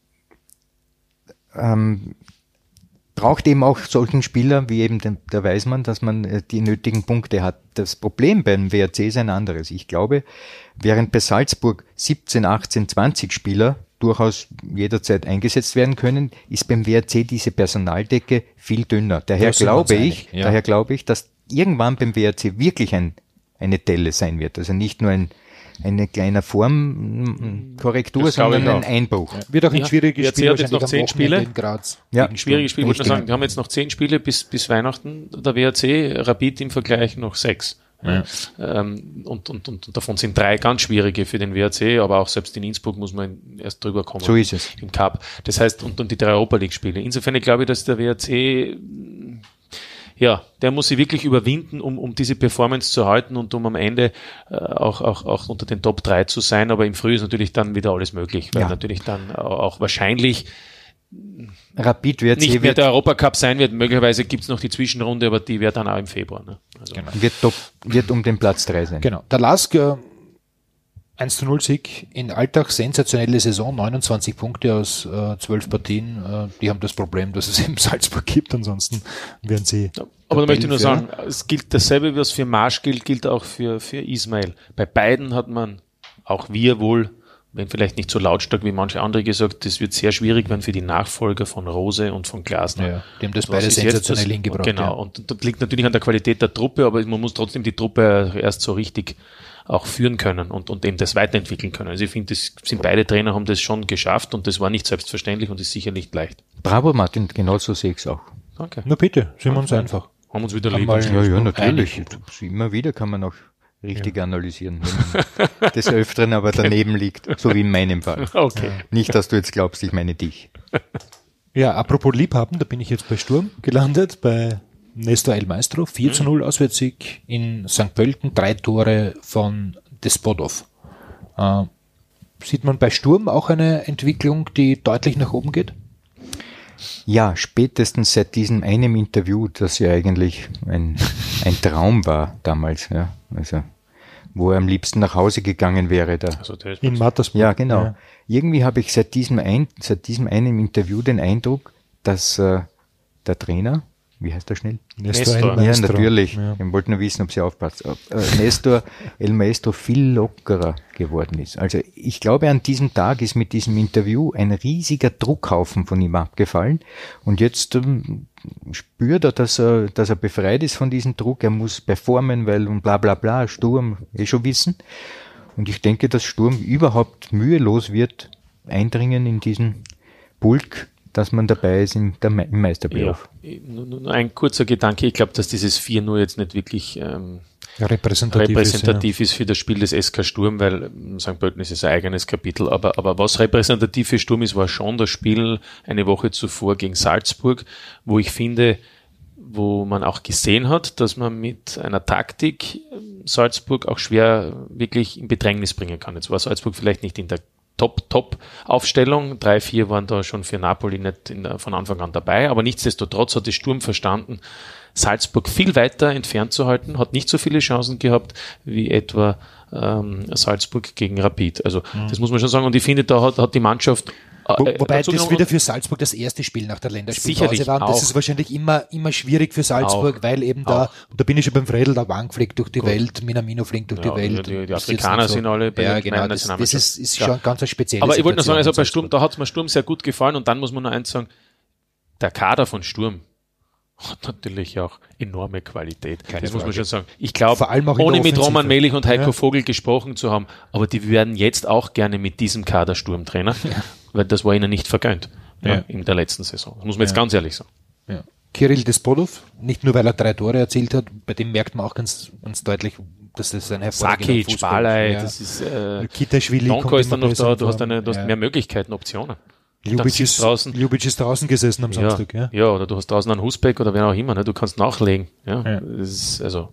C: ähm, braucht eben auch solchen Spieler wie eben den, der Weismann, dass man äh, die nötigen Punkte hat. Das Problem beim W R C ist ein anderes. Ich glaube, während bei Salzburg siebzehn, achtzehn, zwanzig Spieler durchaus jederzeit eingesetzt werden können, ist beim W R C diese Personaldecke viel dünner. Daher
A: Da sind wir uns
C: glaube
A: einig,
C: ich,
A: ja.
C: daher glaube ich, dass irgendwann beim W R C wirklich ein, eine Delle sein wird. Also nicht nur ein eine kleine Formkorrektur,
B: Das glaube
C: sondern
B: ich
C: ein Einbruch.
A: Wird auch ein
B: Ja,
A: schwieriges
B: W R C
A: Spiel
B: hat jetzt noch
A: wahrscheinlich
B: zehn
A: am Wochenende
B: Spiele.
A: in Graz.
C: Ja,
A: Gegen
B: Schwieriges Spiel, wollte ich
C: Richtig.
B: sagen. Wir haben jetzt noch zehn Spiele bis, bis Weihnachten, der W R C, Rapid im Vergleich noch sechs.
A: Ja.
B: Ähm, und, und, und, und davon sind drei ganz schwierige für den W R C, aber auch selbst in Innsbruck muss man erst drüber kommen.
C: So ist es.
B: Im Cup. Das heißt, und, und die drei Europa League Spiele. Insofern glaube ich, dass der W R C, ja, der muss sich wirklich überwinden, um, um diese Performance zu halten und um am Ende äh, auch, auch, auch unter den Top drei zu sein. Aber im Frühjahr ist natürlich dann wieder alles möglich, weil
C: Ja.
B: natürlich dann auch wahrscheinlich
C: Rapid W R C
B: nicht mehr
C: wird,
B: der Europacup sein wird. Möglicherweise gibt es noch die Zwischenrunde, aber die wäre dann auch im Februar. Ne? Also,
C: wird, top, wird um den Platz drei sein.
A: Genau. Der Lask, äh, eins zu null Sieg in Alltag, sensationelle Saison, neunundzwanzig Punkte aus äh, zwölf Partien. Äh, die haben das Problem, dass es eben Salzburg gibt, ansonsten werden sie...
B: Aber da möchte ich nur
A: Tabellenführer.
B: sagen, es gilt dasselbe, was für Marsch gilt, gilt auch für, für Ismail. Bei beiden hat man, auch wir wohl, wenn vielleicht nicht so lautstark wie manche andere gesagt, das wird sehr schwierig werden für die Nachfolger von Rose und von Glasner.
A: Ja, die haben das
B: Was
A: beide
B: ist jetzt
A: sensationell
B: das-
A: hingebracht.
B: Genau,
A: Ja.
B: und das liegt natürlich an der Qualität der Truppe, aber man muss trotzdem die Truppe erst so richtig auch führen können und, und eben das weiterentwickeln können. Also ich finde, das sind beide Trainer haben das schon geschafft und das war nicht selbstverständlich und ist sicher nicht leicht.
C: Bravo Martin, genau so sehe ich es auch.
B: Danke.
A: Na bitte, sind wir uns einfach.
B: Haben uns wieder
A: Haben
B: lieb.
A: mal-
C: Ja, ja, natürlich.
A: Einig.
C: Immer wieder kann man auch richtig analysieren, wenn man des Öfteren aber daneben liegt, so wie in meinem Fall.
B: Okay.
C: Nicht, dass du jetzt glaubst, ich meine dich.
A: Ja, apropos Liebhaben, da bin ich jetzt bei Sturm gelandet, bei Nestor El Maestro, vier zu null Auswärtssieg in Sankt Pölten, drei Tore von Despodov. Äh, sieht man bei Sturm auch eine Entwicklung, die deutlich nach oben geht?
C: Ja, spätestens seit diesem einem Interview, das ja eigentlich ein, ein Traum war damals, ja, also, wo er am liebsten nach Hause gegangen wäre, da.
B: Also der ist
A: In Mattersburg.
C: Ja, genau.
A: Ja.
C: Irgendwie habe ich seit diesem, ein, seit diesem einen Interview den Eindruck, dass äh, der Trainer, wie heißt er schnell?
A: Nestor
B: Nestor.
A: El
C: Ja,
A: Maestro.
C: natürlich.
A: Ja.
C: Ich wollte nur wissen, ob sie aufpasst. Ob, äh, Nestor El Maestro viel lockerer geworden ist. Also ich glaube, an diesem Tag ist mit diesem Interview ein riesiger Druckhaufen von ihm abgefallen. Und jetzt ähm, spürt er, dass er, dass er befreit ist von diesem Druck. Er muss performen, weil und bla bla bla, Sturm, eh schon wissen. Und ich denke, dass Sturm überhaupt mühelos wird eindringen in diesen Bulk, dass man dabei ist im, der Me im
B: Ja,
C: Meisterplayoff.
B: nur, nur ein kurzer Gedanke. Ich glaube, dass dieses vier null jetzt nicht wirklich ähm,
A: Repräsentativ,
B: repräsentativ ist für das Spiel des S K Sturm, weil ähm, Sankt Pölten ist ein eigenes Kapitel. Aber, aber was repräsentativ für Sturm ist, war schon das Spiel eine Woche zuvor gegen Salzburg, wo ich finde, wo man auch gesehen hat, dass man mit einer Taktik ähm, Salzburg auch schwer wirklich in Bedrängnis bringen kann. Jetzt war Salzburg vielleicht nicht in der Top-Top-Aufstellung. Drei, vier waren da schon für Napoli nicht in der, von Anfang an dabei, aber nichtsdestotrotz hat der Sturm verstanden, Salzburg viel weiter entfernt zu halten, hat nicht so viele Chancen gehabt wie etwa ähm, Salzburg gegen Rapid. Also mhm. das muss man schon sagen. Und ich finde, da hat, hat die Mannschaft
A: Wo, wobei das wieder für Salzburg das erste Spiel nach der Länderspielpause war. Und das ist wahrscheinlich immer, immer schwierig für Salzburg, auch, weil eben da, und da bin ich schon beim Fredel, der Wang fliegt durch die Gut. Welt, Minamino fliegt durch ja, die Welt.
B: Die, die Afrikaner so, sind alle bei
A: ja,
B: den
A: genau, das, das ist, ist ja. schon ganz ein spezielles.
B: Aber ich wollte nur sagen, also bei Sturm, da hat es mir Sturm sehr gut gefallen und dann muss man noch eins sagen, der Kader von Sturm hat natürlich auch enorme Qualität. Keine das Frage. Muss man schon sagen. Ich glaube, ohne mit Roman Melich und Heiko ja. Vogel gesprochen zu haben, aber die werden jetzt auch gerne mit diesem Kader Sturmtrainer, ja. weil das war ihnen nicht vergönnt ja. Ja, in der letzten Saison. Das muss man ja. jetzt ganz ehrlich sagen.
A: Ja. Kirill Despodov, nicht nur weil er drei Tore erzielt hat, bei dem merkt man auch ganz, ganz deutlich, dass das ein hervorragender
B: Fußball ist. Balai,
A: ja.
B: das ist äh,
A: Kitaschwili
B: Donko ist dann noch da, du hast, eine, du hast ja. mehr Möglichkeiten, Optionen.
A: Ljubic ist, draußen, Ljubic ist draußen gesessen am Samstag, ja.
B: Ja, ja oder du hast draußen einen Husbeck oder wer auch immer, ne? Du kannst nachlegen. Ja, ja. Das ist, also,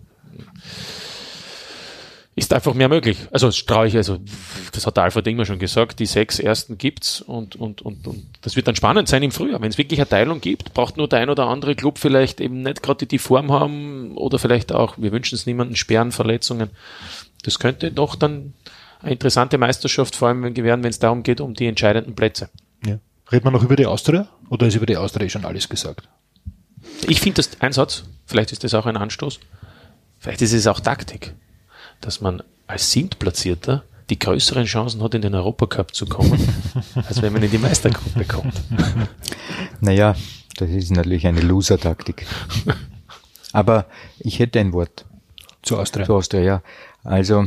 B: ist einfach mehr möglich. Also, traue ich, also, das hat der Alfred immer schon gesagt, die sechs ersten gibt's und, und, und, und das wird dann spannend sein im Frühjahr. Wenn es wirklich eine Teilung gibt, braucht nur der ein oder andere Club vielleicht eben nicht gerade die Form haben oder vielleicht auch, wir wünschen es niemanden, Sperren, Verletzungen. Das könnte doch dann eine interessante Meisterschaft vor allem werden, wenn es darum geht, um die entscheidenden Plätze.
A: Ja. Redet man noch über die Austria oder ist über die Austria schon alles gesagt?
B: Ich finde das ein Satz, vielleicht ist das auch ein Anstoß, vielleicht ist es auch Taktik, dass man als Siebtplatzierter die größeren Chancen hat, in den Europacup zu kommen, als wenn man in die Meistergruppe kommt.
C: Naja, das ist natürlich eine Loser-Taktik. Aber ich hätte ein Wort.
A: Zur Austria.
C: Zur Austria, ja. Also,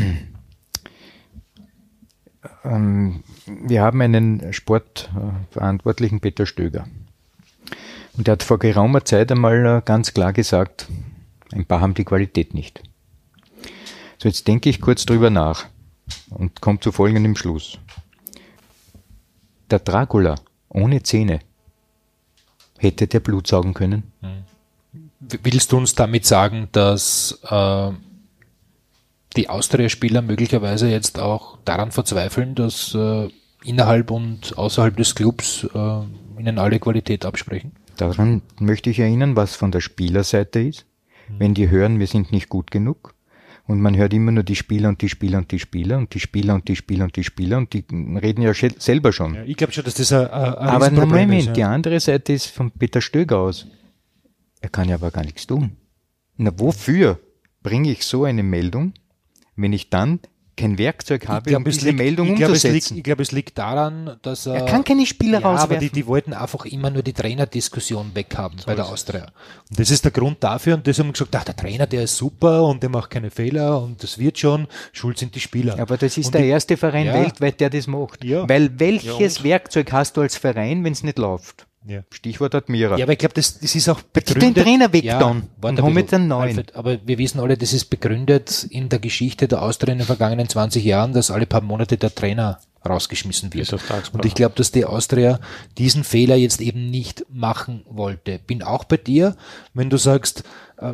C: ähm, wir haben einen Sportverantwortlichen, Peter Stöger. Und der hat vor geraumer Zeit einmal ganz klar gesagt, ein paar haben die Qualität nicht. So, jetzt denke ich kurz drüber nach und komme zu folgendem Schluss. Der Dracula ohne Zähne, hätte der Blut saugen können?
A: Willst du uns damit sagen, dass äh, die Austria-Spieler möglicherweise jetzt auch daran verzweifeln, dass äh, innerhalb und außerhalb des Clubs äh, ihnen alle Qualität absprechen?
C: Daran möchte ich erinnern, was von der Spielerseite ist. Mhm. Wenn die hören, wir sind nicht gut genug und man hört immer nur die Spieler und die Spieler und die Spieler und die Spieler und die Spieler und die Spieler und die reden ja selber schon. Ja,
A: ich glaube schon, dass das ein, ein
C: Aber Moment, ist, ja. Die andere Seite ist von Peter Stöger aus. Er kann ja aber gar nichts tun. Na, wofür bringe ich so eine Meldung, wenn ich dann kein Werkzeug habe, glaub, um diese liegt, Meldung
A: ich
C: umzusetzen?
A: Glaub, liegt, ich glaube, es liegt daran, dass er...
C: Er kann keine Spieler
A: ja,
C: rauswerfen.
A: aber die, die wollten einfach immer nur die Trainerdiskussion weghaben so bei der Austria. Und das ist der Grund dafür. Und deshalb haben wir gesagt, ach, der Trainer, der ist super und der macht keine Fehler und das wird schon. Schuld sind die Spieler.
C: Aber das ist
A: und
C: der
A: die,
C: erste Verein
A: ja,
C: weltweit, der das macht.
A: Ja.
C: Weil welches ja, Werkzeug hast du als Verein, wenn es nicht läuft?
A: Ja.
C: Stichwort Admira.
A: Ja, aber ich glaube, das, das ist auch begründet.
C: Den Trainer weg
A: ja,
C: dann und hol mit den neuen.
A: Alfred, aber wir wissen alle, das ist begründet in der Geschichte der Austria in den vergangenen zwanzig Jahren, dass alle paar Monate der Trainer rausgeschmissen wird. Und ich glaube, dass die Austria diesen Fehler jetzt eben nicht machen wollte. Bin auch bei dir, wenn du sagst, äh,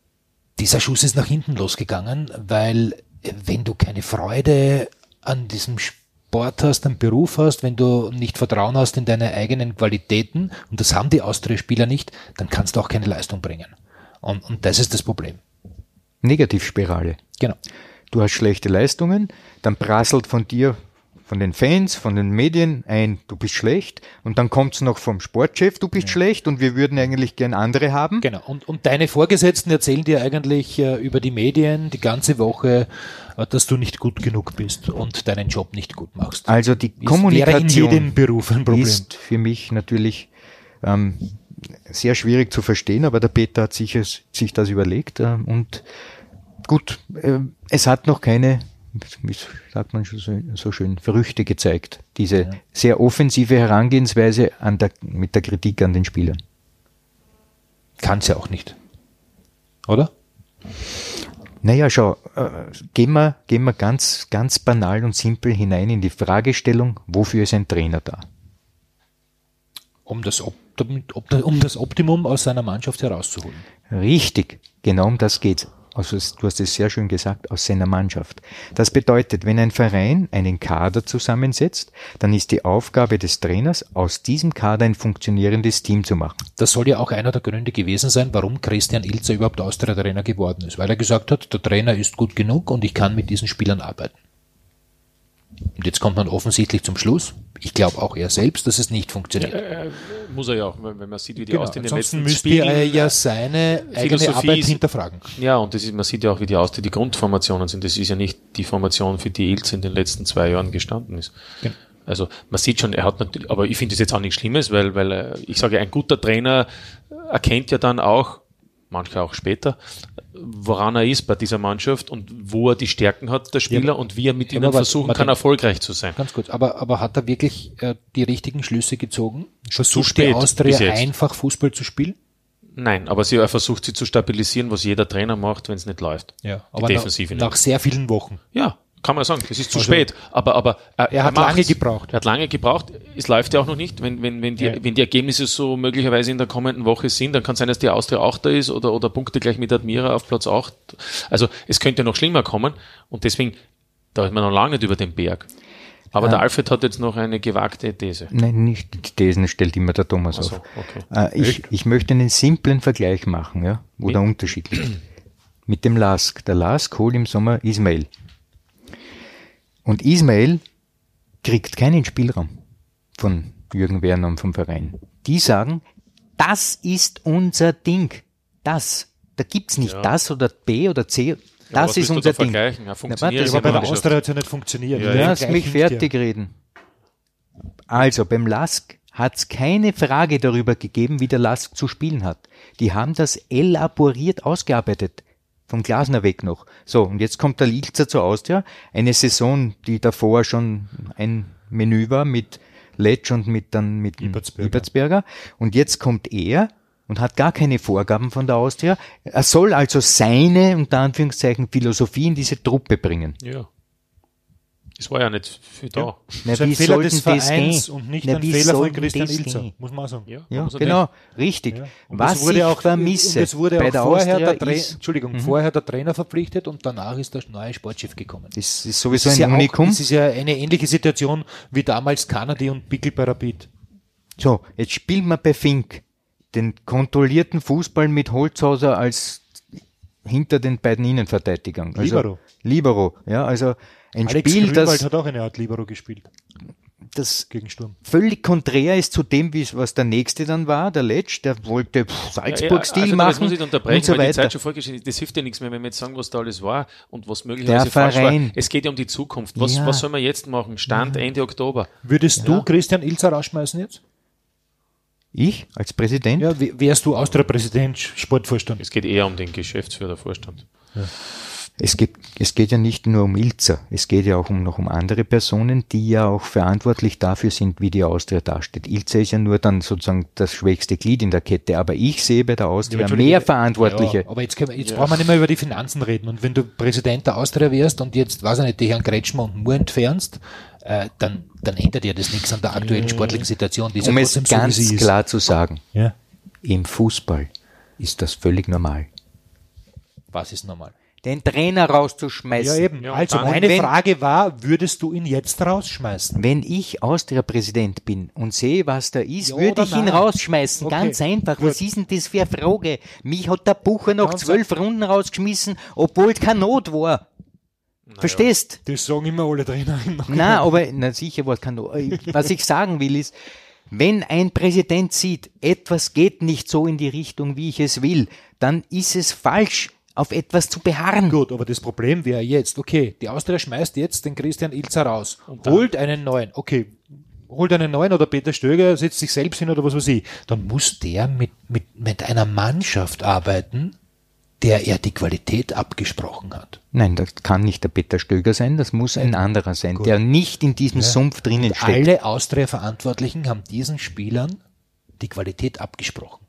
A: dieser Schuss ist nach hinten losgegangen, weil äh, wenn du keine Freude an diesem Spiel Sport hast, einen Beruf hast, wenn du nicht Vertrauen hast in deine eigenen Qualitäten, und das haben die Austria-Spieler nicht, dann kannst du auch keine Leistung bringen. Und, und das ist das Problem.
C: Negativspirale.
A: Genau.
C: Du hast schlechte Leistungen, dann prasselt von dir, von den Fans, von den Medien ein, du bist schlecht, und dann kommt es noch vom Sportchef, du bist ja. schlecht und wir würden eigentlich gern andere haben.
A: Genau. Und, und deine Vorgesetzten erzählen dir eigentlich äh, über die Medien die ganze Woche, äh, dass du nicht gut genug bist und deinen Job nicht gut machst.
C: Also die ist, Kommunikation
A: in jedem Beruf ein Problem.
C: Ist für mich natürlich ähm, sehr schwierig zu verstehen, aber der Peter hat sich, es, sich das überlegt äh, und gut, äh, es hat noch keine, wie sagt man schon so, so schön, Früchte gezeigt, diese ja. sehr offensive Herangehensweise an der, mit der Kritik an den Spielern.
A: Kann es ja auch nicht. Oder?
C: Naja, schau, äh, gehen wir, gehen wir ganz, ganz banal und simpel hinein in die Fragestellung, wofür ist ein Trainer da?
A: Um das, Optim, um das Optimum aus seiner Mannschaft herauszuholen.
C: Richtig, genau um das geht's. Also du hast es sehr schön gesagt, aus seiner Mannschaft. Das bedeutet, wenn ein Verein einen Kader zusammensetzt, dann ist die Aufgabe des Trainers, aus diesem Kader ein funktionierendes Team zu machen.
A: Das soll ja auch einer der Gründe gewesen sein, warum Christian Ilzer überhaupt Austria-Trainer geworden ist, weil er gesagt hat, der Trainer ist gut genug und ich kann mit diesen Spielern arbeiten. Und jetzt kommt man offensichtlich zum Schluss. Ich glaube auch er selbst, dass es nicht funktioniert.
B: Ja, äh, muss er ja auch, wenn man sieht, wie die
A: Genau.
B: Austria in den
A: Ansonsten
B: letzten
A: müsste
B: Spielen...
A: er ja seine eigene
B: Philosophie
A: Arbeit
B: ist-
A: hinterfragen.
B: Ja, und das ist, man sieht ja auch, wie die Austria die Grundformationen sind. Das ist ja nicht die Formation, für die Ilz in den letzten zwei Jahren gestanden ist.
A: Genau.
B: Also man sieht schon, er hat natürlich, aber ich finde das jetzt auch nichts Schlimmes, weil, weil äh, ich sage, ein guter Trainer erkennt ja dann auch, manchmal auch später, woran er ist bei dieser Mannschaft und wo er die Stärken hat, der Spieler,
A: Ja,
B: und wie er mit
A: ja,
B: ihnen
A: aber
B: versuchen
A: warte,
B: kann,
A: warte.
B: erfolgreich zu sein.
A: Ganz kurz, aber, aber hat er wirklich äh, die richtigen Schlüsse gezogen? Versucht die
B: spät,
A: Austria
B: bis jetzt.
A: einfach Fußball zu spielen?
B: Nein, aber sie, er versucht sie zu stabilisieren, was jeder Trainer macht, wenn es nicht läuft.
A: Ja,
B: Die
A: aber
B: Defensive
A: nach, nach
B: nicht.
A: sehr vielen Wochen.
B: Ja, kann man sagen, das ist zu
A: Also,
B: spät. Aber, aber äh,
A: er hat
B: macht's.
A: lange gebraucht.
B: Er hat lange gebraucht. Es läuft ja auch noch nicht. Wenn, wenn, wenn, die,
A: Ja.
B: wenn die Ergebnisse so möglicherweise in der kommenden Woche sind, dann kann es sein, dass die Austria auch da ist oder, oder Punkte gleich mit Admira auf Platz acht. Also es könnte noch schlimmer kommen und deswegen, da ist man noch lange nicht über den Berg. Aber
C: Ja.
B: der Alfred hat jetzt noch eine gewagte These.
C: Nein, nicht die Thesen stellt immer der Thomas
B: Ach so,
C: auf.
B: okay.
C: Äh, ich, ich möchte einen simplen Vergleich machen, ja, wo
B: Mit?
C: der Unterschied liegt. Mit dem Lask. Der Lask holt im Sommer Ismail. Und Ismail kriegt keinen Spielraum von Jürgen Werner und vom Verein. Die sagen, das ist unser Ding. Das. Da gibt's nicht
B: Ja.
C: das oder B oder C.
B: Ja,
C: Das
B: was
C: ist
B: willst du
C: unser
B: da
C: Ding.
B: vergleichen? Ja,
C: Na,
B: funktioniert
C: warte,
B: ja
A: Aber bei der
B: Mannschaft.
A: Austria hat es ja nicht funktioniert.
B: Ja,
A: Wir
B: ja.
C: Lass mich
A: vergleichen
C: fertig
A: dir.
C: reden. Also, beim Lask hat es keine Frage darüber gegeben, wie der Lask zu spielen hat. Die haben das elaboriert ausgearbeitet. Vom Glasner weg noch. So, und jetzt kommt der Ilzer zur Austria. Eine Saison, die davor schon ein Menü war mit Letsch und mit dann mit dem
A: Ibertsberger.
C: Ibertsberger. Und jetzt kommt er und hat gar keine Vorgaben von der Austria. Er soll also seine, unter Anführungszeichen, Philosophie in diese Truppe bringen.
B: Ja. Das war ja nicht für da.
A: Ja.
C: Na,
A: Das ist ein
C: wie
A: Fehler
C: sollten
A: des
C: das
A: Vereins
C: gehen?
A: und nicht
C: Na,
A: ein
C: wie
A: Fehler von
C: sollten
A: Christian
C: das
A: Ilzer,
C: gehen?
A: muss man auch sagen.
B: Ja,
C: Ja,
B: muss er
C: genau, richtig.
A: Ja. Und
C: Was
A: es wurde
C: ich
A: auch,
C: vermisse
A: und es wurde
C: bei
A: auch
C: der
A: vorher
C: Austria
A: der Tra
C: ist,
A: Entschuldigung,
C: Mhm.
A: vorher der Trainer verpflichtet und danach ist das neue Sportchef gekommen.
C: das ist sowieso
A: Das ist
C: ein
A: ja
C: Unikum.
A: Auch, das ist ja eine ähnliche Situation wie damals Kanadi und Pickel bei Rapid.
C: So, jetzt spielen wir bei Fink den kontrollierten Fußball mit Holzhauser als hinter den beiden Innenverteidigern. Also,
A: Libero.
C: Libero, ja, also ein
A: Alex
C: Spiel,
A: Grünwald
C: das,
A: hat auch eine Art Libero gespielt
C: das
A: gegen Sturm.
C: völlig konträr ist zu dem, wie es- was der nächste dann war, der Letsch, der wollte pff, Salzburg-Stil
B: also,
C: machen
B: Das muss ich unterbrechen,
C: und so
B: weil die
C: weiter.
B: Zeit schon vorgeschrieben ist. Das hilft ja nichts mehr, wenn wir jetzt sagen, was da alles war und was möglicherweise
C: Der
B: falsch war.
C: Verein.
B: Es geht ja um die Zukunft. Was,
C: Ja.
B: was soll man jetzt machen? Stand Ende Oktober.
A: Würdest du Christian Ilzer rausschmeißen jetzt?
C: Ich als Präsident?
A: Ja, w- wärst du Austria-Präsident, Sportvorstand?
B: Es geht eher um den Geschäftsführer, Vorstand.
C: Es geht, es geht ja nicht nur um Ilzer, es geht ja auch um, noch um andere Personen, die ja auch verantwortlich dafür sind, wie die Austria dasteht. Ilzer ist ja nur dann sozusagen das schwächste Glied in der Kette, aber ich sehe bei der Austria
A: Entschuldige,
C: mehr Verantwortliche.
A: Ja, aber jetzt, können wir, jetzt
B: Ja.
A: brauchen wir nicht mehr über die Finanzen reden. Und wenn du Präsident der Austria wärst und jetzt, weiß ich nicht, die Herrn Kretschmer und Moore entfernst, äh, dann, dann ändert ja das nichts an der aktuellen sportlichen Situation. Die ist ja
C: Um es
A: trotzdem so, wie
C: ganz
A: sie ist.
C: klar zu sagen,
A: Ja.
C: im Fußball ist das völlig normal.
A: Was ist normal?
C: Den Trainer rauszuschmeißen.
A: Ja, eben.
B: Ja,
A: also,
B: dann-
A: meine
C: Und wenn-
A: Frage war, würdest du ihn jetzt rausschmeißen?
C: Wenn ich Austria-Präsident bin und sehe, was da ist,
A: Ja
C: würde
A: oder
C: ich ihn
A: nein?
C: rausschmeißen.
A: Okay,
C: Ganz einfach.
A: gut.
C: Was ist denn das für eine Frage? Mich hat der Bucher nach
A: Ganz
C: zwölf Runden rausgeschmissen, obwohl es keine Not war. Verstehst?
A: Das sagen immer alle Trainer.
C: Na, aber na sicher war es keine Not. Was ich sagen will ist, wenn ein Präsident sieht, etwas geht nicht so in die Richtung, wie ich es will, dann ist es falsch, auf etwas zu beharren.
A: Gut, aber das Problem wäre jetzt, okay, die Austria schmeißt jetzt den Christian Ilzer raus, holt einen neuen, okay, holt einen neuen oder Peter Stöger setzt sich selbst hin oder was weiß ich, dann muss der mit, mit, mit einer Mannschaft arbeiten, der er die Qualität abgesprochen hat.
C: Nein, das kann nicht der Peter Stöger sein, das muss ein anderer sein, der nicht in diesem Sumpf drinnen
A: Und
C: steckt.
A: alle Austria-Verantwortlichen haben diesen Spielern die Qualität abgesprochen.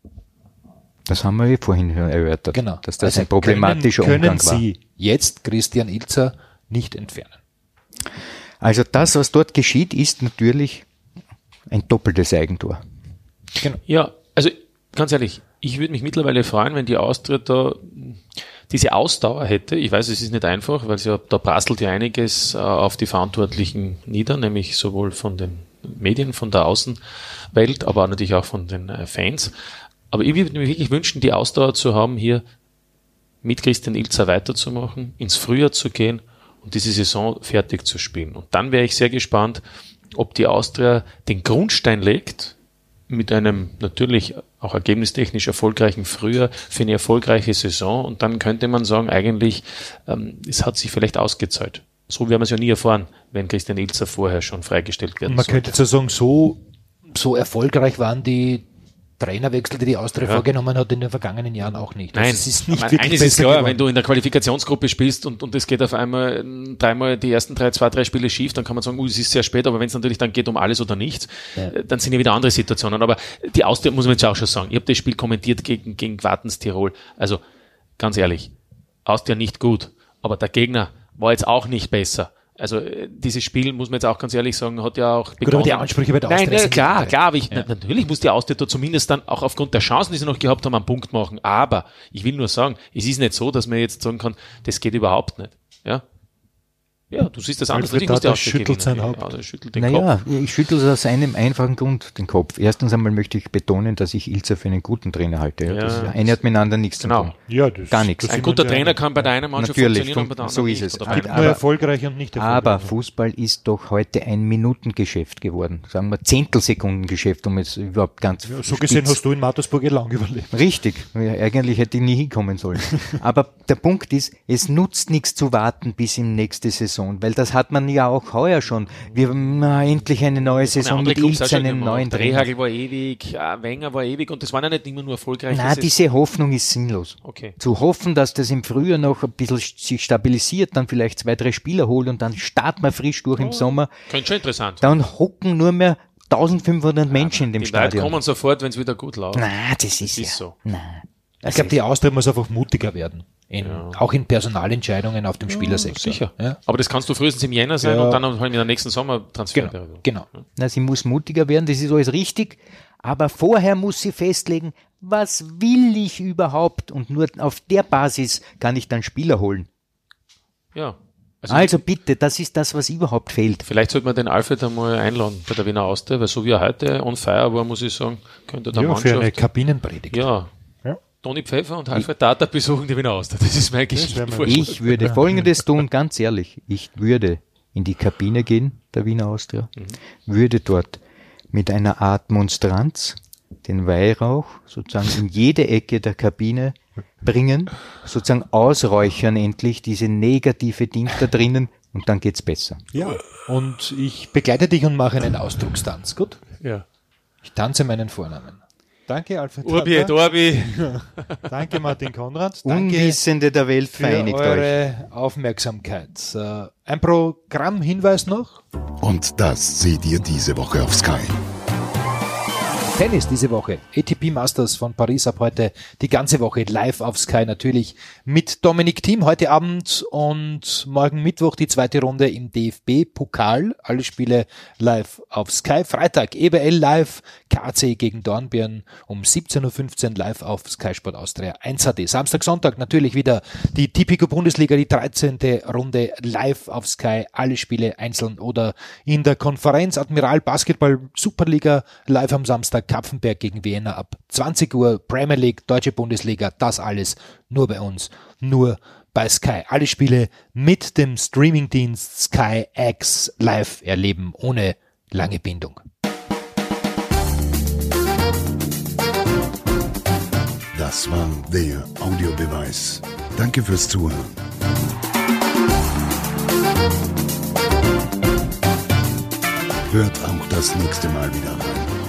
C: Das haben wir eh vorhin schon erörtert,
A: Genau.
C: dass das
A: Also
C: ein problematischer
A: können,
C: Umgang
A: können
C: war.
A: Sie jetzt Christian Ilzer nicht entfernen.
C: Also das, was dort geschieht, ist natürlich ein doppeltes Eigentor.
B: Ja, also ganz ehrlich, ich würde mich mittlerweile freuen, wenn die Austria da diese Ausdauer hätte. Ich weiß, es ist nicht einfach, weil sie ja, da prasselt ja einiges äh, auf die Verantwortlichen nieder, nämlich sowohl von den Medien, von der Außenwelt, aber natürlich auch von den äh, Fans. Aber ich würde mir wirklich wünschen, die Ausdauer zu haben, hier mit Christian Ilzer weiterzumachen, ins Frühjahr zu gehen und diese Saison fertig zu spielen. Und dann wäre ich sehr gespannt, ob die Austria den Grundstein legt, mit einem natürlich auch ergebnistechnisch erfolgreichen Frühjahr für eine erfolgreiche Saison, und dann könnte man sagen, eigentlich, ähm, es hat sich vielleicht ausgezahlt. So werden wir es ja nie erfahren, wenn Christian Ilzer vorher schon freigestellt werden
A: Man
B: sollte.
A: könnte jetzt sagen, so, so erfolgreich waren die Trainerwechsel, die die Austria ja. vorgenommen hat, in den vergangenen Jahren auch nicht.
B: Nein,
A: also es ist nicht
B: meine,
A: wirklich
B: eines ist klar,
A: geworden.
B: wenn du in der Qualifikationsgruppe spielst und, und es geht auf einmal dreimal die ersten drei, zwei, drei Spiele schief, dann kann man sagen, uh, es ist sehr spät, aber wenn es natürlich dann geht um alles oder nichts, ja. dann sind ja wieder andere Situationen. Aber die Austria, muss man jetzt auch schon sagen, ich habe das Spiel kommentiert gegen, gegen Wartens Tirol. Also, ganz ehrlich, Austria nicht gut, aber der Gegner war jetzt auch nicht besser. Also dieses Spiel, muss man jetzt auch ganz ehrlich sagen, hat ja auch begonnen.
A: Gut, aber die Ansprüche bei der Austria
B: Nein,
A: sind
B: klar,
A: andere.
B: klar, aber ich,
A: ja.
B: natürlich muss die Austria da zumindest dann auch aufgrund der Chancen, die sie noch gehabt haben, einen Punkt machen. Aber ich will nur sagen, es ist nicht so, dass man jetzt sagen kann, das geht überhaupt nicht. Ja, ja, du siehst das anders.
A: Alfred
B: Ich muss die
A: Tata
B: Austria
A: schüttelt
B: gewinnen.
A: sein Haupt.
B: Ja, der schüttelt den
C: Naja,
B: Kopf.
C: ich schüttel es aus einem einfachen Grund den Kopf. Erstens einmal möchte ich betonen, dass ich Ilzer für einen guten Trainer halte. Ja,
B: Ja,
C: das eine hat miteinander nichts
B: genau.
C: zu tun.
A: Ja, das,
C: Gar nichts.
A: das
B: Ein guter
A: ja
B: Trainer kann bei der einen Mannschaft
C: Natürlich,
B: funktionieren und bei der
C: so
B: anderen
C: ist
B: nicht.
C: es.
B: Oder
A: gibt
B: bei
A: nur
C: aber-
A: erfolgreich und nicht erfolgreich.
C: Aber Fußball ist doch heute ein Minutengeschäft geworden. Sagen wir Zehntelsekundengeschäft, um jetzt überhaupt ganz
A: ja, so gesehen
C: spitz-
A: hast du in Mattersburg ja lang überlebt.
C: Richtig, ja, eigentlich hätte ich nie hinkommen sollen. Aber der Punkt ist, es nutzt nichts zu warten bis in nächste Saison, weil das hat man ja auch heuer schon. Wir haben na, endlich eine neue Saison
B: andere
C: mit
B: Clubs auch
C: Ilz,
B: schon
C: einen
B: gemacht.
C: neuen Trainer.
B: Drehhagel war ewig, äh, Wenger war ewig und das waren ja nicht immer nur erfolgreiche
C: Na,
B: Saisons.
C: diese Hoffnung ist sinnlos.
B: Okay.
C: Zu hoffen, dass das im Frühjahr noch ein bisschen sich stabilisiert, dann vielleicht zwei, drei Spieler holt und dann starten wir frisch durch im Sommer.
B: Könnte schon interessant.
C: Dann hocken nur mehr eintausendfünfhundert Menschen in dem
B: Die Leute
C: Stadion.
B: kommen sofort, wenn es wieder gut läuft.
C: Na, das ist,
B: Das
C: ja.
B: ist so.
C: Na,
A: Ich glaube, die Austria muss einfach mutiger werden. In,
B: Ja.
A: Auch in Personalentscheidungen auf dem Spielersektor.
B: Sicher.
A: Ja?
B: Aber das kannst du frühestens im Jänner sein
A: Ja.
B: und dann halt in der nächsten
A: Genau,
B: Sommertransferperiode.
A: genau.
C: Na, sie muss mutiger werden, das ist alles richtig, aber vorher muss sie festlegen, was will ich überhaupt, und nur auf der Basis kann ich dann Spieler holen.
B: Ja. Also,
C: Also bitte, das ist das, was überhaupt fehlt.
B: vielleicht sollte man den Alfred einmal einladen bei der Wiener Austria, weil so wie er heute on fire war, muss ich sagen, könnte der
A: Ja, für eine
B: Mannschaft...
A: Kabinenpredigt.
B: Ja.
A: Ja.
B: Toni Pfeffer und Alfred Tata besuchen die Wiener Austria. Das ist mein Geschichte.
C: Ich würde Folgendes tun, ganz ehrlich, ich würde in die Kabine gehen, der Wiener Austria, würde dort mit einer Art Monstranz den Weihrauch sozusagen in jede Ecke der Kabine bringen, sozusagen ausräuchern endlich diese negative Ding da drinnen, und dann geht's besser.
A: Ja. Und ich begleite dich und mache einen Ausdruckstanz. Gut?
B: Ja.
A: Ich tanze meinen Vornamen. Danke, Alfred
B: Urbi et
A: Tata.
B: Orbi.
A: Danke, Martin Konrad. Danke
C: Unwissende der Welt,
A: für
C: vereinigt euch.
A: eure Aufmerksamkeit. Äh, Ein Programmhinweis noch.
D: Und das seht ihr diese Woche auf Sky.
A: Tennis diese Woche. A T P Masters von Paris ab heute die ganze Woche live auf Sky, natürlich mit Dominic Thiem heute Abend und morgen Mittwoch die zweite Runde im D F B-Pokal. Alle Spiele live auf Sky. Freitag E B L live, K C gegen Dornbirn um siebzehn Uhr fünfzehn live auf Sky Sport Austria eins H D. Samstag, Sonntag natürlich wieder die Tipico Bundesliga, die dreizehnte Runde live auf Sky. Alle Spiele einzeln oder in der Konferenz. Admiral Basketball Superliga live am Samstag. Kapfenberg gegen Vienna ab zwanzig Uhr, Premier League, Deutsche Bundesliga, das alles nur bei uns, nur bei Sky. Alle Spiele mit dem Streamingdienst Sky X live erleben, ohne lange Bindung.
D: Das war der Audiobeweis. Danke fürs Zuhören. Hört auch das nächste Mal wieder rein.